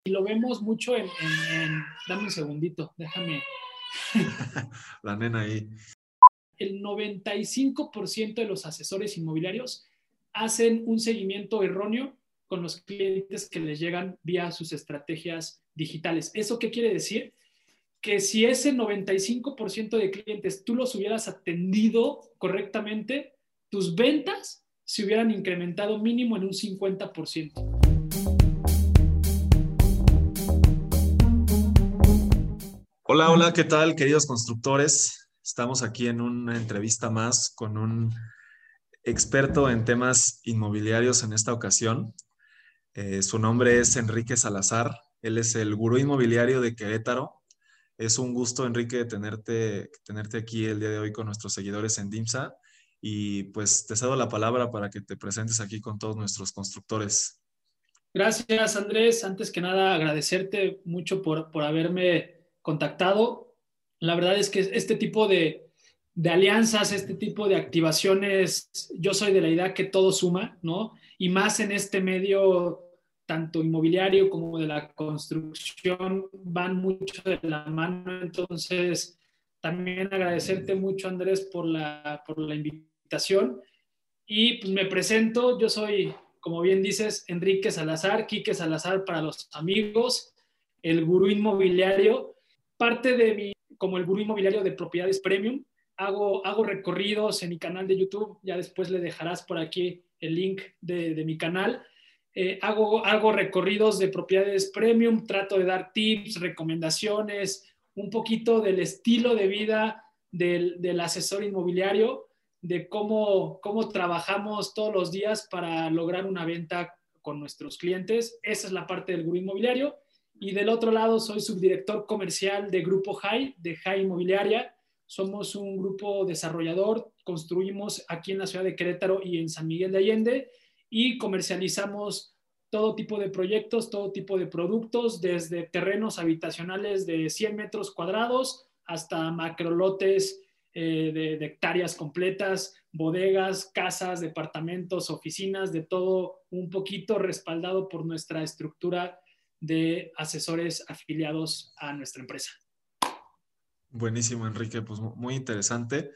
y lo vemos mucho dame un segundito, déjame. La nena ahí. El 95% de los asesores inmobiliarios hacen un seguimiento erróneo con los clientes que les llegan vía sus estrategias digitales. ¿Eso qué quiere decir? Que si ese 95% de clientes tú los hubieras atendido correctamente, tus ventas se hubieran incrementado mínimo en un 50%. Hola, ¿qué tal, queridos constructores? Estamos aquí en una entrevista más con un experto en temas inmobiliarios en esta ocasión. Su nombre es Enrique Salazar. Él es el gurú inmobiliario de Querétaro. Es un gusto, Enrique, tenerte aquí el día de hoy con nuestros seguidores en DIMSA. Y pues te cedo la palabra para que te presentes aquí con todos nuestros constructores. Gracias, Andrés. Antes que nada, agradecerte mucho por haberme contactado. La verdad es que este tipo de alianzas, este tipo de activaciones, yo soy de la idea que todo suma, ¿no? Y más en este medio, tanto inmobiliario como de la construcción, van mucho de la mano. Entonces, también agradecerte mucho, Andrés, por la invitación. Y pues me presento, yo soy, como bien dices, Enrique Salazar, Quique Salazar para los amigos, el gurú inmobiliario. Parte de mi, como el gurú inmobiliario de propiedades premium, hago recorridos en mi canal de YouTube, ya después le dejarás por aquí el link de mi canal. Hago recorridos de propiedades premium, trato de dar tips, recomendaciones, un poquito del estilo de vida del asesor inmobiliario, de cómo trabajamos todos los días para lograr una venta con nuestros clientes. Esa es la parte del gurú inmobiliario. Y del otro lado soy subdirector comercial de Grupo High, de High Inmobiliaria. Somos un grupo desarrollador, construimos aquí en la ciudad de Querétaro y en San Miguel de Allende y comercializamos todo tipo de proyectos, todo tipo de productos, desde terrenos habitacionales de 100 metros cuadrados hasta macrolotes de hectáreas completas, bodegas, casas, departamentos, oficinas, de todo un poquito, respaldado por nuestra estructura de asesores afiliados a nuestra empresa. Buenísimo, Enrique, pues muy interesante.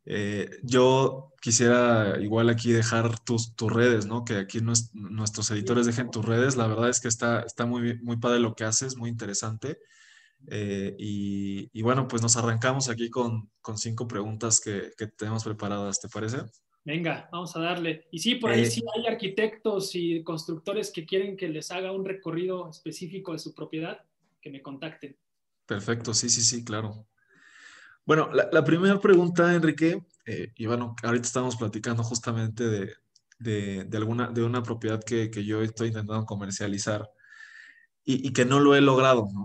Yo quisiera igual aquí dejar tus redes, ¿no? Que aquí nuestros editores dejen tus redes. La verdad es que está muy padre lo que haces, muy interesante. Y bueno, pues nos arrancamos aquí con 5 preguntas que tenemos preparadas, ¿te parece? Venga, vamos a darle. Y sí, por ahí sí Eh, hay arquitectos y constructores que quieren que les haga un recorrido específico de su propiedad, que me contacten. Perfecto, sí, claro. Bueno, la primera pregunta, Enrique, y bueno, ahorita estamos platicando justamente de una propiedad que yo estoy intentando comercializar y que no lo he logrado, ¿no?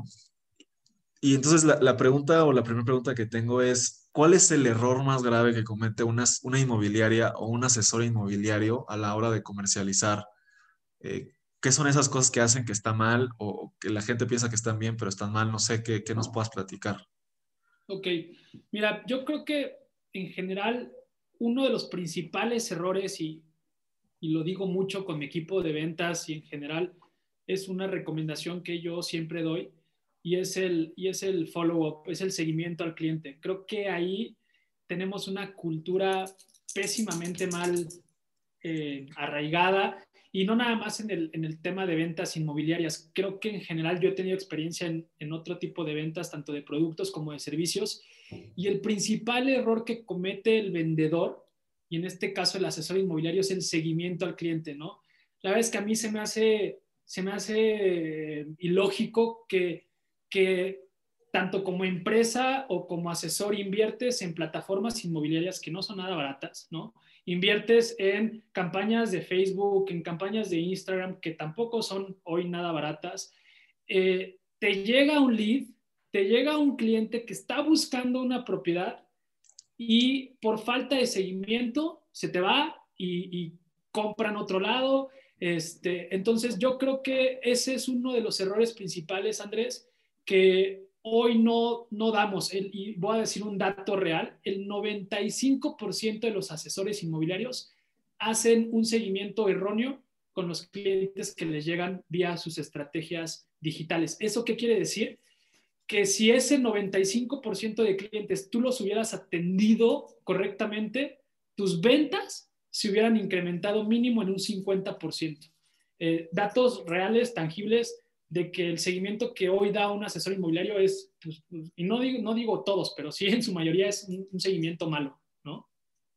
Y entonces la pregunta o la primera pregunta que tengo es, ¿cuál es el error más grave que comete una inmobiliaria o un asesor inmobiliario a la hora de comercializar? ¿Qué son esas cosas que hacen que está mal o que la gente piensa que están bien, pero están mal? No sé, ¿qué nos puedas platicar? Ok, mira, yo creo que en general uno de los principales errores, y lo digo mucho con mi equipo de ventas y en general, es una recomendación que yo siempre doy y es el follow-up, es el seguimiento al cliente. Creo que ahí tenemos una cultura pésimamente mal arraigada y no nada más en el tema de ventas inmobiliarias. Creo que en general yo he tenido experiencia en otro tipo de ventas, tanto de productos como de servicios, y el principal error que comete el vendedor, y en este caso el asesor inmobiliario, es el seguimiento al cliente, ¿no? La verdad es que a mí se me hace ilógico que tanto como empresa o como asesor inviertes en plataformas inmobiliarias que no son nada baratas, ¿no? Inviertes en campañas de Facebook, en campañas de Instagram que tampoco son hoy nada baratas. Te llega un lead, te llega un cliente que está buscando una propiedad y por falta de seguimiento se te va y compran otro lado. Entonces yo creo que ese es uno de los errores principales, Andrés, que hoy no damos. Y voy a decir un dato real: el 95% de los asesores inmobiliarios hacen un seguimiento erróneo con los clientes que les llegan vía sus estrategias digitales. ¿Eso qué quiere decir? Que si ese 95% de clientes tú los hubieras atendido correctamente, tus ventas se hubieran incrementado mínimo en un 50%. Datos reales, tangibles, de que el seguimiento que hoy da un asesor inmobiliario es, pues, y no digo todos, pero sí en su mayoría es un seguimiento malo, ¿no?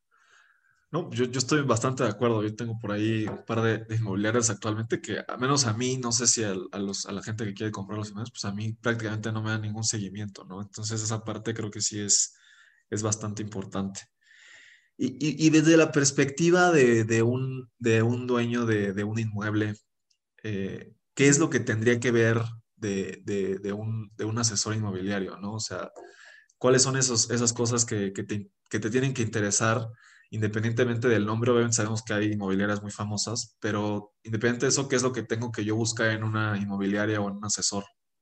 No, yo estoy bastante de acuerdo. Yo tengo por ahí un par de inmobiliarias actualmente que, al menos a mí, no sé si a la gente que quiere comprar los inmuebles, pues a mí prácticamente no me dan ningún seguimiento, ¿no? Entonces esa parte creo que sí es bastante importante. Y desde la perspectiva de un dueño de un inmueble, ¿qué es lo que tendría que ver de un asesor inmobiliario, ¿no? O sea, ¿cuáles son esas cosas que te tienen que interesar independientemente del nombre? Obviamente sabemos que hay inmobiliarias muy famosas, pero independiente de eso, ¿qué es lo que tengo que yo buscar en una inmobiliaria o en un asesor?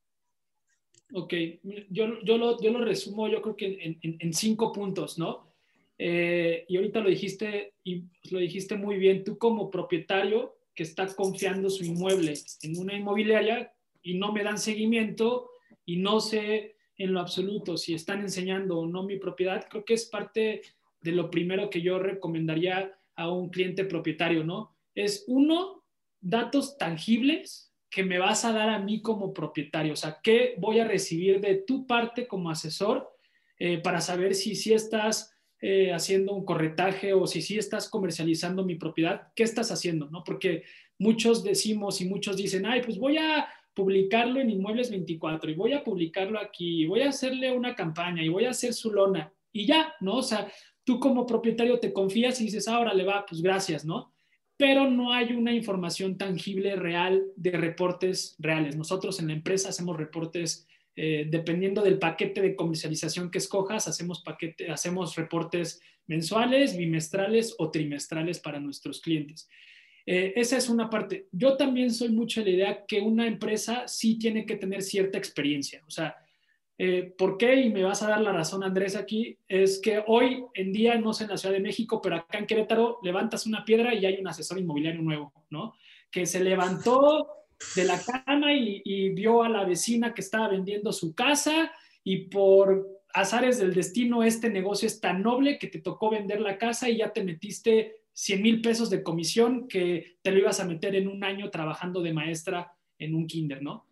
Ok, yo lo resumo, yo creo que en 5 puntos, ¿no? Y ahorita lo dijiste, y lo dijiste muy bien, tú como propietario que está confiando su inmueble en una inmobiliaria y no me dan seguimiento y no sé en lo absoluto si están enseñando o no mi propiedad, creo que es parte de lo primero que yo recomendaría a un cliente propietario, ¿no? Es uno, datos tangibles que me vas a dar a mí como propietario. O sea, ¿qué voy a recibir de tu parte como asesor para saber si estás haciendo un corretaje o si estás comercializando mi propiedad? ¿Qué estás haciendo? ¿No? Porque muchos decimos y muchos dicen, ay, pues voy a publicarlo en Inmuebles 24 y voy a publicarlo aquí y voy a hacerle una campaña y voy a hacer su lona y ya, ¿no? O sea, tú como propietario te confías y dices, ahora le va, pues gracias, ¿no? Pero no hay una información tangible, real, de reportes reales. Nosotros en la empresa hacemos reportes, dependiendo del paquete de comercialización que escojas, hacemos reportes mensuales, bimestrales o trimestrales para nuestros clientes. Esa es una parte. Yo también soy mucho de la idea que una empresa sí tiene que tener cierta experiencia. O sea, ¿por qué? Y me vas a dar la razón, Andrés, aquí, es que hoy en día, no sé en la Ciudad de México, pero acá en Querétaro, levantas una piedra y hay un asesor inmobiliario nuevo, ¿no? Que se levantó de la cama y vio a la vecina que estaba vendiendo su casa y por azares del destino, este negocio es tan noble que te tocó vender la casa y ya te metiste 100,000 pesos de comisión que te lo ibas a meter en un año trabajando de maestra en un kinder, ¿no?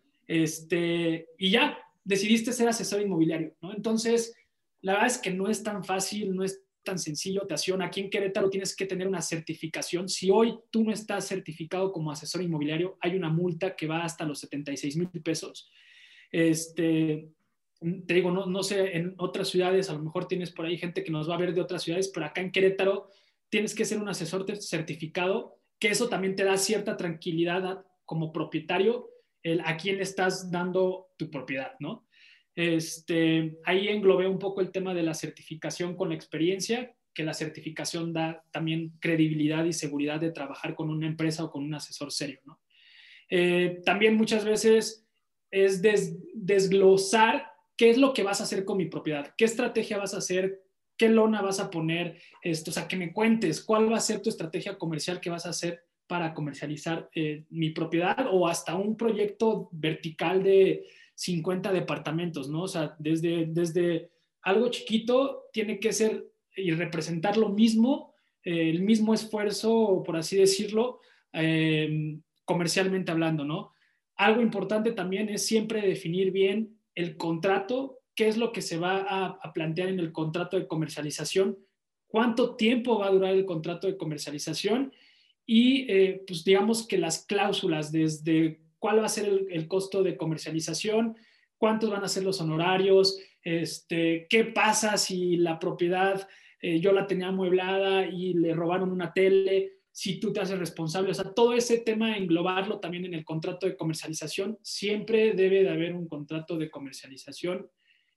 Y ya, decidiste ser asesor inmobiliario, ¿no? Entonces, la verdad es que no es tan fácil, no es tan sencillo, te acciona. Aquí en Querétaro tienes que tener una certificación. Si hoy tú no estás certificado como asesor inmobiliario, hay una multa que va hasta los 76,000 pesos. Te digo, no sé, en otras ciudades, a lo mejor tienes por ahí gente que nos va a ver de otras ciudades, pero acá en Querétaro tienes que ser un asesor certificado, que eso también te da cierta tranquilidad como propietario a quién le estás dando tu propiedad, ¿no? Ahí englobé un poco el tema de la certificación con la experiencia, que la certificación da también credibilidad y seguridad de trabajar con una empresa o con un asesor serio, ¿no? También muchas veces es desglosar qué es lo que vas a hacer con mi propiedad, qué estrategia vas a hacer, qué lona vas a poner, o sea, que me cuentes cuál va a ser tu estrategia comercial que vas a hacer para comercializar mi propiedad o hasta un proyecto vertical de 50 departamentos, ¿no? O sea, desde algo chiquito tiene que ser y representar lo mismo, el mismo esfuerzo, por así decirlo, comercialmente hablando, ¿no? Algo importante también es siempre definir bien el contrato, qué es lo que se va a plantear en el contrato de comercialización, cuánto tiempo va a durar el contrato de comercialización y pues digamos que las cláusulas desde cuál va a ser el costo de comercialización, cuántos van a ser los honorarios, qué pasa si la propiedad yo la tenía amueblada y le robaron una tele, si tú te haces responsable, o sea, todo ese tema englobarlo también en el contrato de comercialización, siempre debe de haber un contrato de comercialización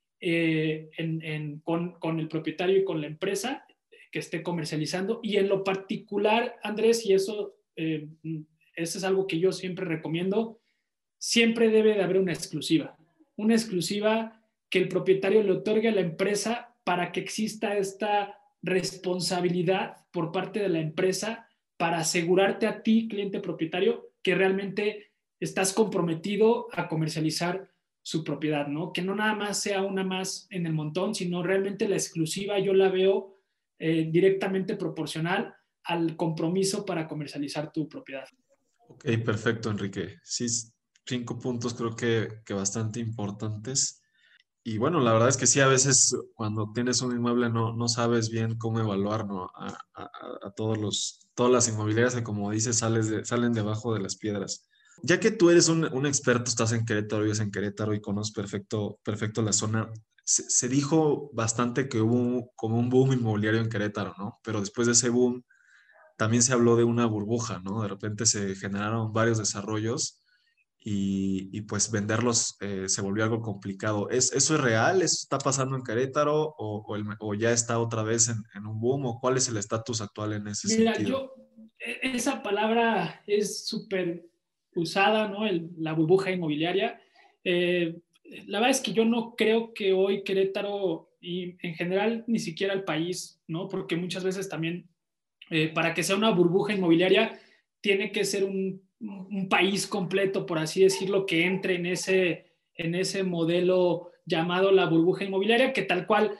con el propietario y con la empresa que esté comercializando. Y en lo particular, Andrés, y eso es algo que yo siempre recomiendo, siempre debe de haber una exclusiva que el propietario le otorgue a la empresa para que exista esta responsabilidad por parte de la empresa para asegurarte a ti, cliente propietario, que realmente estás comprometido a comercializar su propiedad, ¿no? Que no nada más sea una más en el montón, sino realmente la exclusiva yo la veo directamente proporcional al compromiso para comercializar tu propiedad. Ok, perfecto, Enrique. Sí, 5 puntos creo que bastante importantes. Y bueno, la verdad es que sí, a veces cuando tienes un inmueble no sabes bien cómo evaluar, ¿no? A todas las inmobiliarias que, como dices, salen debajo de las piedras. Ya que tú eres un experto, estás en Querétaro, vives en Querétaro y conoces perfecto la zona, se dijo bastante que hubo como un boom inmobiliario en Querétaro, ¿no? Pero después de ese boom también se habló de una burbuja, ¿no? De repente se generaron varios desarrollos y pues venderlos se volvió algo complicado. ¿Eso es real? ¿Eso está pasando en Querétaro o ya está otra vez en un boom? ¿O cuál es el estatus actual en ese Mira, sentido? esa palabra es súper usada, ¿no? La burbuja inmobiliaria. Eh, la verdad es que yo no creo que hoy Querétaro y en general ni siquiera el país, ¿no? Porque muchas veces también para que sea una burbuja inmobiliaria tiene que ser un país completo, por así decirlo, que entre en ese modelo llamado la burbuja inmobiliaria, que tal cual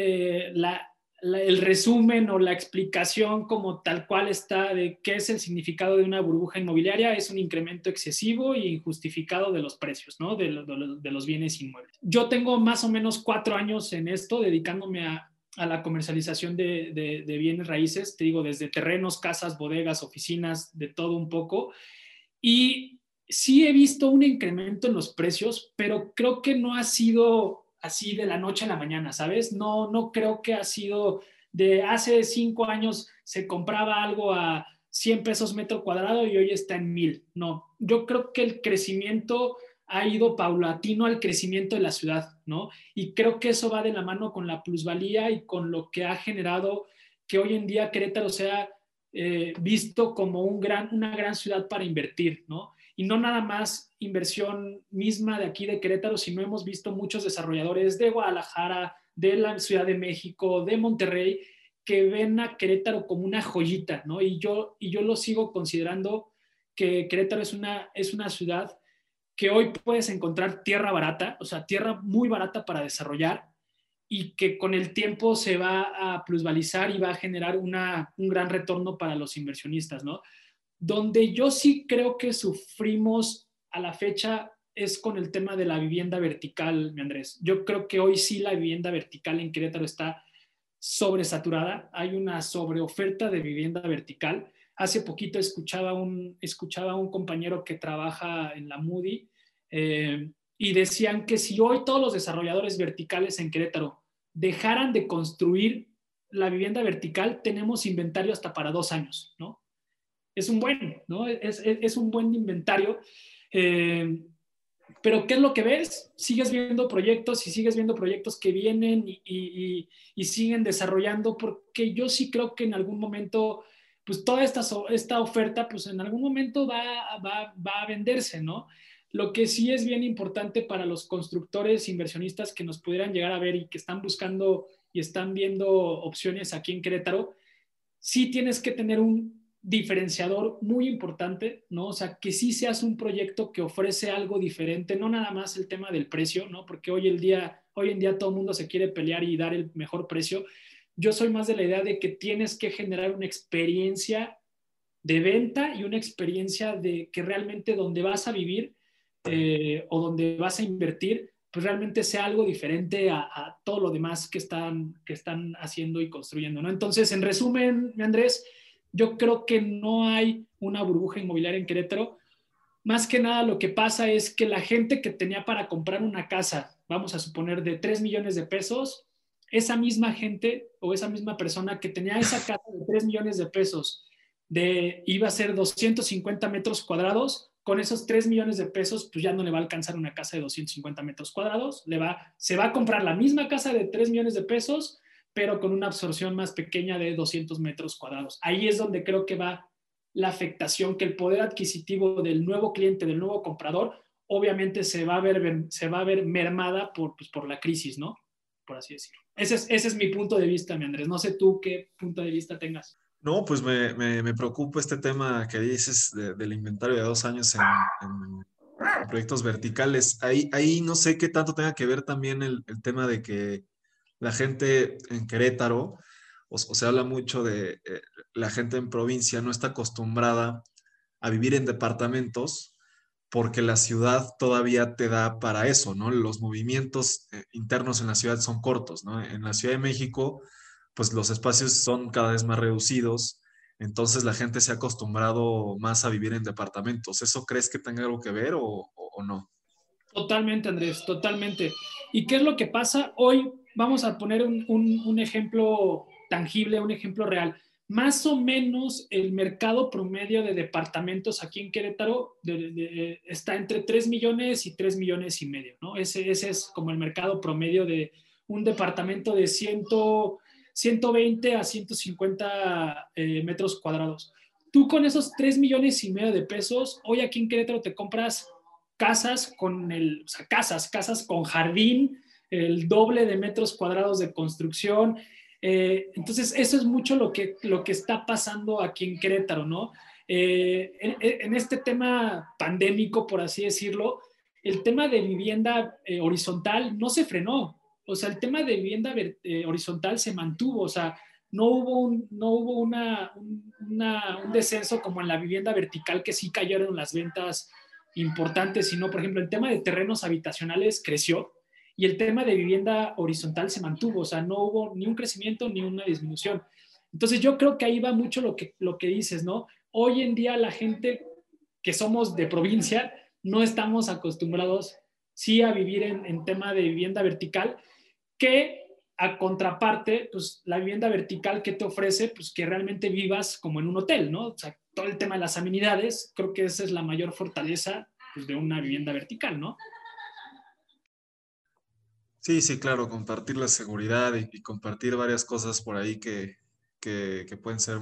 el resumen o la explicación como tal cual está de qué es el significado de una burbuja inmobiliaria es un incremento excesivo e injustificado de los precios, ¿no? De los bienes inmuebles. Yo tengo más o menos 4 años en esto, dedicándome a la comercialización de bienes raíces, te digo, desde terrenos, casas, bodegas, oficinas, de todo un poco. Y sí he visto un incremento en los precios, pero creo que no ha sido así de la noche a la mañana, ¿sabes? No creo que ha sido de hace 5 años se compraba algo a 100 pesos metro cuadrado y hoy está en 1000. No, yo creo que el crecimiento ha ido paulatino al crecimiento de la ciudad, ¿no? Y creo que eso va de la mano con la plusvalía y con lo que ha generado que hoy en día Querétaro sea visto como una gran ciudad para invertir, ¿no? Y no nada más inversión misma de aquí de Querétaro, sino hemos visto muchos desarrolladores de Guadalajara, de la Ciudad de México, de Monterrey, que ven a Querétaro como una joyita, ¿no? Y yo lo sigo considerando que Querétaro es una ciudad que hoy puedes encontrar tierra barata, o sea, tierra muy barata para desarrollar y que con el tiempo se va a plusvalizar y va a generar un gran retorno para los inversionistas, ¿no? Donde yo sí creo que sufrimos a la fecha es con el tema de la vivienda vertical, mi Andrés. Yo creo que hoy sí la vivienda vertical en Querétaro está sobresaturada, hay una sobreoferta de vivienda vertical. Hace poquito escuchaba a un compañero que trabaja en la Moody y decían que si hoy todos los desarrolladores verticales en Querétaro dejaran de construir la vivienda vertical, tenemos inventario hasta para 2 años, ¿no? Es un buen, ¿no? Es un buen inventario. Eh, pero ¿qué es lo que ves? Sigues viendo proyectos y sigues viendo proyectos que vienen y siguen desarrollando, porque yo sí creo que en algún momento, pues toda esta oferta, pues en algún momento va a venderse, ¿no? Lo que sí es bien importante para los constructores, inversionistas que nos pudieran llegar a ver y que están buscando y están viendo opciones aquí en Querétaro, sí tienes que tener un diferenciador muy importante, ¿no? O sea, que sí seas un proyecto que ofrece algo diferente, no nada más el tema del precio, ¿no? Porque hoy en día todo el mundo se quiere pelear y dar el mejor precio. Yo soy más de la idea de que tienes que generar una experiencia de venta y una experiencia de que realmente donde vas a vivir o donde vas a invertir, pues realmente sea algo diferente a todo lo demás que están haciendo y construyendo, ¿no? Entonces, en resumen, Andrés, yo creo que no hay una burbuja inmobiliaria en Querétaro. Más que nada lo que pasa es que la gente que tenía para comprar una casa, vamos a suponer de 3 millones de pesos, esa misma gente o esa misma persona que tenía esa casa de 3 millones de pesos, iba a ser 250 metros cuadrados, con esos 3 millones de pesos, pues ya no le va a alcanzar una casa de 250 metros cuadrados, se va a comprar la misma casa de 3 millones de pesos, pero con una absorción más pequeña de 200 metros cuadrados. Ahí es donde creo que va la afectación, que el poder adquisitivo del nuevo cliente, del nuevo comprador, obviamente se va a ver mermada pues, por la crisis, ¿no? Por así decirlo. Ese es mi punto de vista, mi Andrés. No sé tú qué punto de vista tengas. No, pues me preocupa este tema que dices del inventario de 2 años en proyectos verticales. Ahí no sé qué tanto tenga que ver también el tema de que la gente en Querétaro, o se habla mucho de la gente en provincia no está acostumbrada a vivir en departamentos porque la ciudad todavía te da para eso, ¿no? Los movimientos internos en la ciudad son cortos, ¿no? En la Ciudad de México, pues los espacios son cada vez más reducidos, entonces la gente se ha acostumbrado más a vivir en departamentos. ¿Eso crees que tenga algo que ver o no? Totalmente, Andrés, totalmente. ¿Y qué es lo que pasa? Hoy vamos a poner un ejemplo tangible, un ejemplo real. Más o menos el mercado promedio de departamentos aquí en Querétaro está entre 3 millones y 3 millones y medio, ¿no? Ese es como el mercado promedio de un departamento de 120 a 150 metros cuadrados. Tú con esos 3 millones y medio de pesos, hoy aquí en Querétaro te compras casas con jardín, el doble de metros cuadrados de construcción. Entonces, eso es mucho lo que está pasando aquí en Querétaro, ¿no? En este tema pandémico, por así decirlo, el tema de vivienda horizontal no se frenó. O sea, el tema de vivienda horizontal se mantuvo. O sea, no hubo un descenso como en la vivienda vertical, que sí cayeron las ventas importantes, sino, por ejemplo, el tema de terrenos habitacionales creció y el tema de vivienda horizontal se mantuvo, o sea, no hubo ni un crecimiento ni una disminución. Entonces yo creo que ahí va mucho lo que dices, ¿no? Hoy en día la gente que somos de provincia no estamos acostumbrados sí a vivir en tema de vivienda vertical, que a contraparte, pues la vivienda vertical que te ofrece, pues que realmente vivas como en un hotel, ¿no? O sea, todo el tema de las amenidades, creo que esa es la mayor fortaleza, pues, de una vivienda vertical, ¿no? Sí, sí, claro, compartir la seguridad y compartir varias cosas por ahí que pueden ser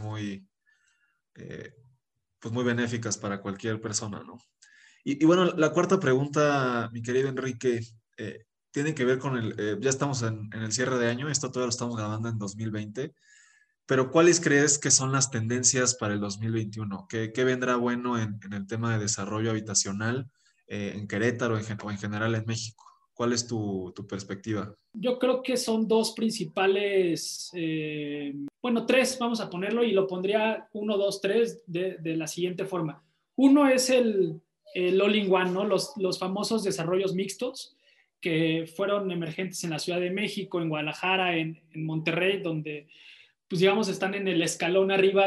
eh, pues muy benéficas para cualquier persona, ¿no? Y bueno, la cuarta pregunta, mi querido Enrique, tiene que ver con ya estamos en el cierre de año, esto todavía lo estamos grabando en 2020, pero ¿cuáles crees que son las tendencias para el 2021? ¿Qué vendrá bueno en el tema de desarrollo habitacional en Querétaro o en general en México? ¿Cuál es tu perspectiva? Yo creo que son dos principales, bueno, tres, vamos a ponerlo, y lo pondría uno, dos, tres de la siguiente forma. Uno es el all-in-one, ¿no? Los famosos desarrollos mixtos que fueron emergentes en la Ciudad de México, en Guadalajara, en Monterrey, donde, pues digamos, están en el escalón arriba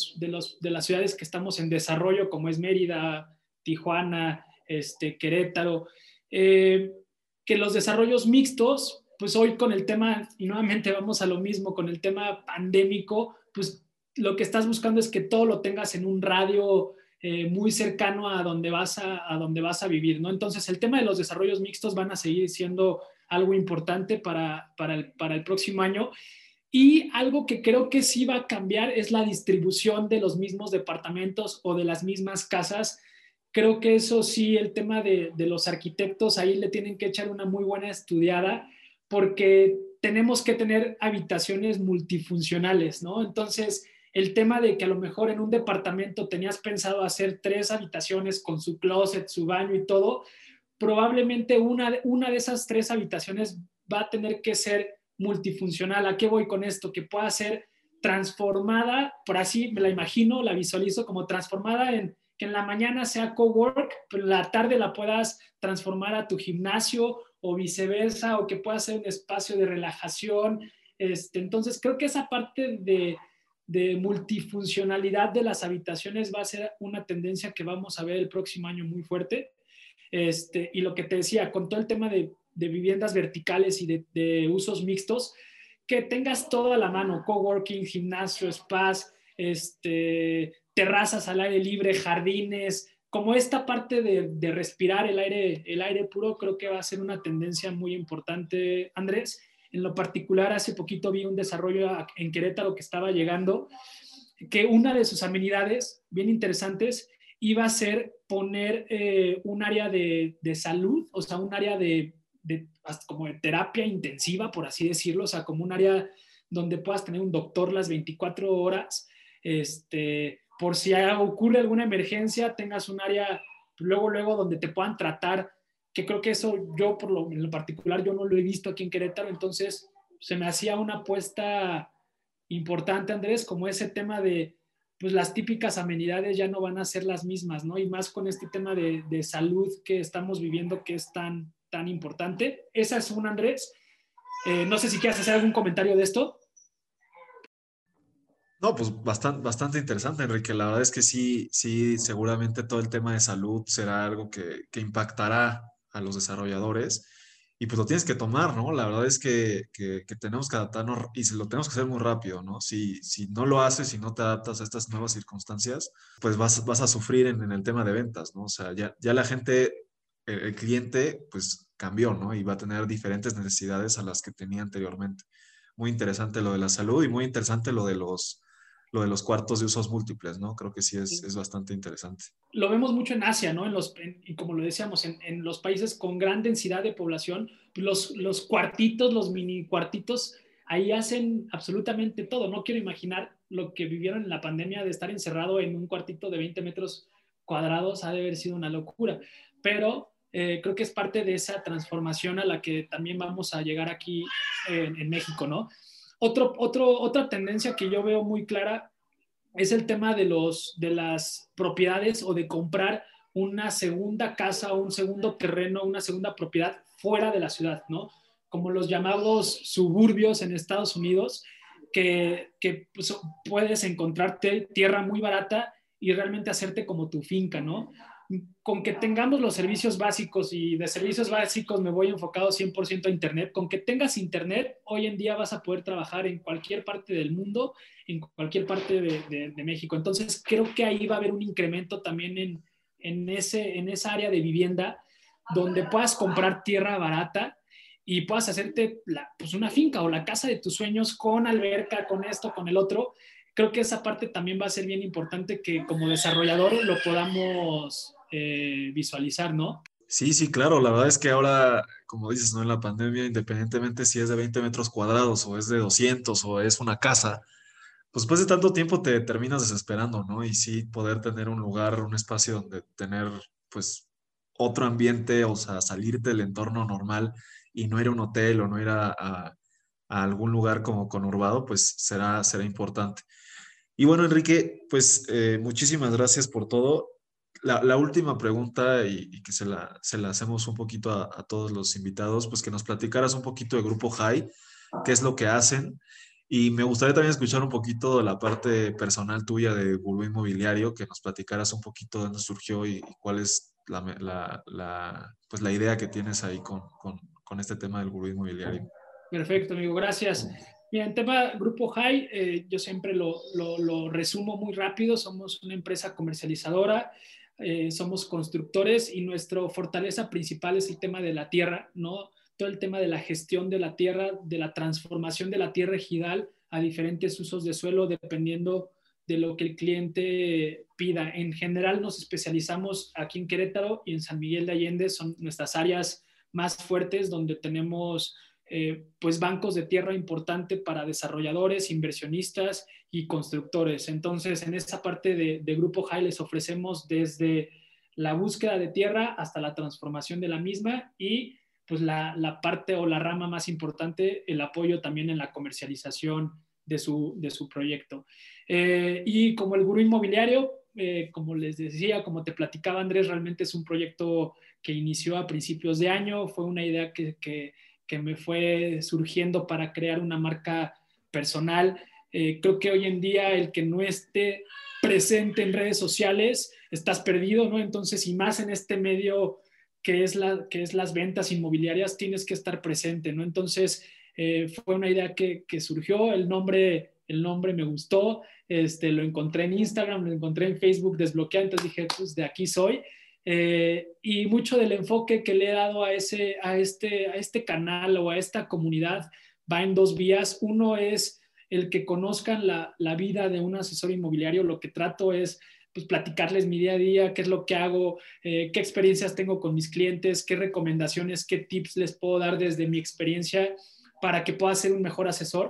de las ciudades que estamos en desarrollo, como es Mérida, Tijuana, Querétaro. Eh, que los desarrollos mixtos, pues hoy con el tema, y nuevamente vamos a lo mismo, con el tema pandémico, pues lo que estás buscando es que todo lo tengas en un radio muy cercano a donde vas a vivir, ¿no? Entonces, el tema de los desarrollos mixtos van a seguir siendo algo importante para el próximo año. Y algo que creo que sí va a cambiar es la distribución de los mismos departamentos o de las mismas casas. Creo que eso sí, el tema de los arquitectos, ahí le tienen que echar una muy buena estudiada, porque tenemos que tener habitaciones multifuncionales, ¿no? Entonces, el tema de que a lo mejor en un departamento tenías pensado hacer 3 habitaciones con su closet, su baño y todo, probablemente una de esas 3 habitaciones va a tener que ser multifuncional. ¿A qué voy con esto? Que pueda ser transformada, por así me la imagino, la visualizo como transformada en que en la mañana sea cowork, pero en la tarde la puedas transformar a tu gimnasio o viceversa, o que pueda ser un espacio de relajación. Entonces, creo que esa parte de multifuncionalidad de las habitaciones va a ser una tendencia que vamos a ver el próximo año muy fuerte. Y lo que te decía, con todo el tema de viviendas verticales y de usos mixtos, que tengas todo a la mano: coworking, gimnasio, spas, terrazas al aire libre, jardines, como esta parte de respirar el aire puro. Creo que va a ser una tendencia muy importante, Andrés. En lo particular, hace poquito vi un desarrollo en Querétaro que estaba llegando, que una de sus amenidades bien interesantes iba a ser poner un área de salud, o sea, un área como de terapia intensiva, por así decirlo, o sea, como un área donde puedas tener un doctor las 24 horas, por si ocurre alguna emergencia, tengas un área luego donde te puedan tratar, que creo que eso yo en lo particular yo no lo he visto aquí en Querétaro, entonces se me hacía una apuesta importante, Andrés, como ese tema de, pues las típicas amenidades ya no van a ser las mismas, ¿no? Y más con este tema de salud que estamos viviendo que es tan importante. Esa es una, Andrés. No sé si quieres hacer algún comentario de esto. No, pues bastante interesante, Enrique. La verdad es que sí, seguramente todo el tema de salud será algo que impactará a los desarrolladores y pues lo tienes que tomar, ¿no? La verdad es que tenemos que adaptarnos y se lo tenemos que hacer muy rápido, ¿no? Si no lo haces, si no te adaptas a estas nuevas circunstancias, pues vas a sufrir en el tema de ventas, ¿no? O sea, ya la gente, el cliente, pues cambió, ¿no? Y va a tener diferentes necesidades a las que tenía anteriormente. Muy interesante lo de la salud y muy interesante lo de los cuartos de usos múltiples, ¿no? Creo que sí es bastante interesante. Lo vemos mucho en Asia, ¿no? Y como lo decíamos, en los países con gran densidad de población, los cuartitos, los mini cuartitos, ahí hacen absolutamente todo. No quiero imaginar lo que vivieron en la pandemia de estar encerrado en un cuartito de 20 metros cuadrados, ha de haber sido una locura. Pero creo que es parte de esa transformación a la que también vamos a llegar aquí en México, ¿no? Otra tendencia que yo veo muy clara es el tema de las propiedades o de comprar una segunda casa o un segundo terreno, una segunda propiedad fuera de la ciudad, ¿no? Como los llamados suburbios en Estados Unidos, que pues, puedes encontrarte tierra muy barata y realmente hacerte como tu finca, ¿no? Con que tengamos los servicios básicos, y de servicios básicos me voy enfocado 100% a Internet, con que tengas Internet, hoy en día vas a poder trabajar en cualquier parte del mundo, en cualquier parte de México. Entonces, creo que ahí va a haber un incremento también en esa área de vivienda, donde puedas comprar tierra barata y puedas hacerte pues una finca o la casa de tus sueños con alberca, con esto, con el otro. Creo que esa parte también va a ser bien importante que como desarrollador lo podamos visualizar, ¿no? Sí, claro, la verdad es que ahora, como dices, ¿no? En la pandemia, independientemente si es de 20 metros cuadrados o es de 200 o es una casa, pues después de tanto tiempo te terminas desesperando, ¿no? Y sí poder tener un lugar, un espacio donde tener, pues, otro ambiente, o sea, salirte del entorno normal y no ir a un hotel o no ir a algún lugar como conurbado, pues será importante. Y bueno, Enrique, pues muchísimas gracias por todo. La última pregunta, y que se la hacemos un poquito a todos los invitados, pues que nos platicaras un poquito de Grupo High, qué es lo que hacen. Y me gustaría también escuchar un poquito de la parte personal tuya de Gurú Inmobiliario, que nos platicaras un poquito de dónde surgió y cuál es pues la idea que tienes ahí con este tema del Gurú Inmobiliario. Perfecto, amigo, gracias. Mira, en tema Grupo High, yo siempre lo resumo muy rápido. Somos una empresa comercializadora, somos constructores y nuestra fortaleza principal es el tema de la tierra, ¿no? Todo el tema de la gestión de la tierra, de la transformación de la tierra ejidal a diferentes usos de suelo, dependiendo de lo que el cliente pida. En general nos especializamos aquí en Querétaro y en San Miguel de Allende, son nuestras áreas más fuertes donde tenemos pues bancos de tierra importante para desarrolladores, inversionistas y constructores. Entonces, en esa parte de Grupo High les ofrecemos desde la búsqueda de tierra hasta la transformación de la misma y pues la parte o la rama más importante, el apoyo también en la comercialización de su proyecto. Y como el gurú inmobiliario, como les decía, como te platicaba Andrés, realmente es un proyecto que inició a principios de año, fue una idea que me fue surgiendo para crear una marca personal. Creo que hoy en día el que no esté presente en redes sociales, estás perdido, ¿no? Entonces, y más en este medio que es las ventas inmobiliarias, tienes que estar presente, ¿no? Entonces, fue una idea que surgió, el nombre me gustó, lo encontré en Instagram, lo encontré en Facebook desbloqueado, entonces dije, pues de aquí soy. Y mucho del enfoque que le he dado a este canal o a esta comunidad va en dos vías. Uno es el que conozcan la vida de un asesor inmobiliario. Lo que trato es pues, platicarles mi día a día, qué es lo que hago, qué experiencias tengo con mis clientes, qué recomendaciones, qué tips les puedo dar desde mi experiencia para que pueda ser un mejor asesor.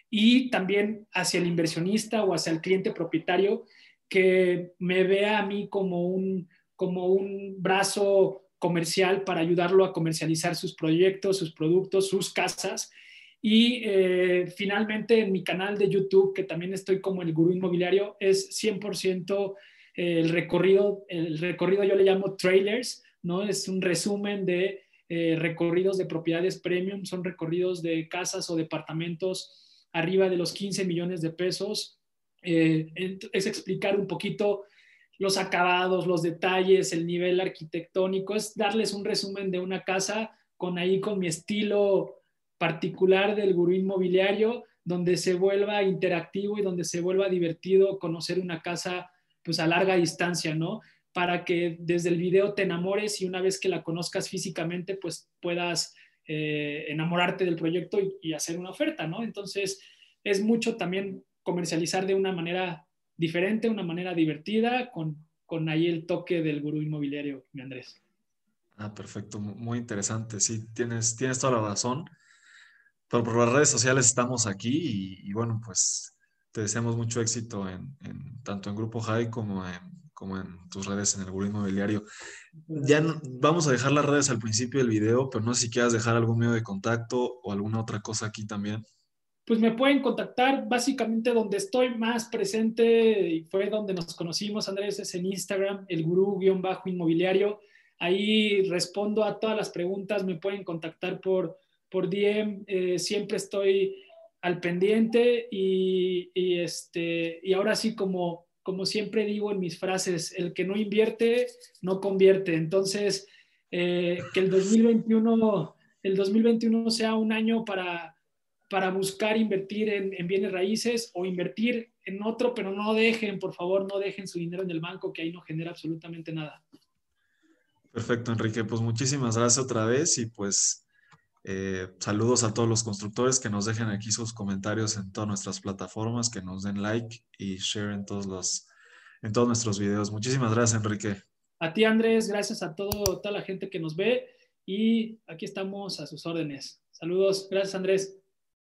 y también hacia el inversionista o hacia el cliente propietario que me vea a mí como un brazo comercial para ayudarlo a comercializar sus proyectos, sus productos, sus casas. Y finalmente en mi canal de YouTube, que también estoy como el gurú inmobiliario, es 100% el recorrido yo le llamo trailers, ¿no? Es un resumen de recorridos de propiedades premium, son recorridos de casas o departamentos arriba de los 15 millones de pesos. Es explicar un poquito los acabados, los detalles, el nivel arquitectónico, es darles un resumen de una casa con mi estilo particular del gurú inmobiliario, donde se vuelva interactivo y donde se vuelva divertido conocer una casa pues a larga distancia, ¿no? Para que desde el video te enamores y una vez que la conozcas físicamente, pues puedas enamorarte del proyecto y hacer una oferta, ¿no? Entonces, es mucho también comercializar de una manera diferente, una manera divertida, con ahí el toque del gurú inmobiliario, mi Andrés. Ah, perfecto, muy interesante. Sí, tienes toda la razón. Pero por las redes sociales estamos aquí y bueno, pues te deseamos mucho éxito tanto en Grupo High como en tus redes en el Gurú Inmobiliario. Ya vamos a dejar las redes al principio del video, pero no sé si quieras dejar algún medio de contacto o alguna otra cosa aquí también. Pues me pueden contactar básicamente donde estoy más presente y fue donde nos conocimos, Andrés, es en Instagram, el gurú-inmobiliario. Ahí respondo a todas las preguntas, me pueden contactar por DM, siempre estoy al pendiente y ahora sí, como siempre digo en mis frases, el que no invierte, no convierte. Entonces, que el 2021 sea un año para buscar invertir en bienes raíces o invertir en otro, pero no dejen, por favor, no dejen su dinero en el banco, que ahí no genera absolutamente nada. Perfecto, Enrique. Pues muchísimas gracias otra vez y pues saludos a todos los constructores que nos dejen aquí sus comentarios en todas nuestras plataformas, que nos den like y share en todos nuestros videos. Muchísimas gracias, Enrique. A ti, Andrés, gracias a toda la gente que nos ve y aquí estamos a sus órdenes. Saludos, gracias, Andrés.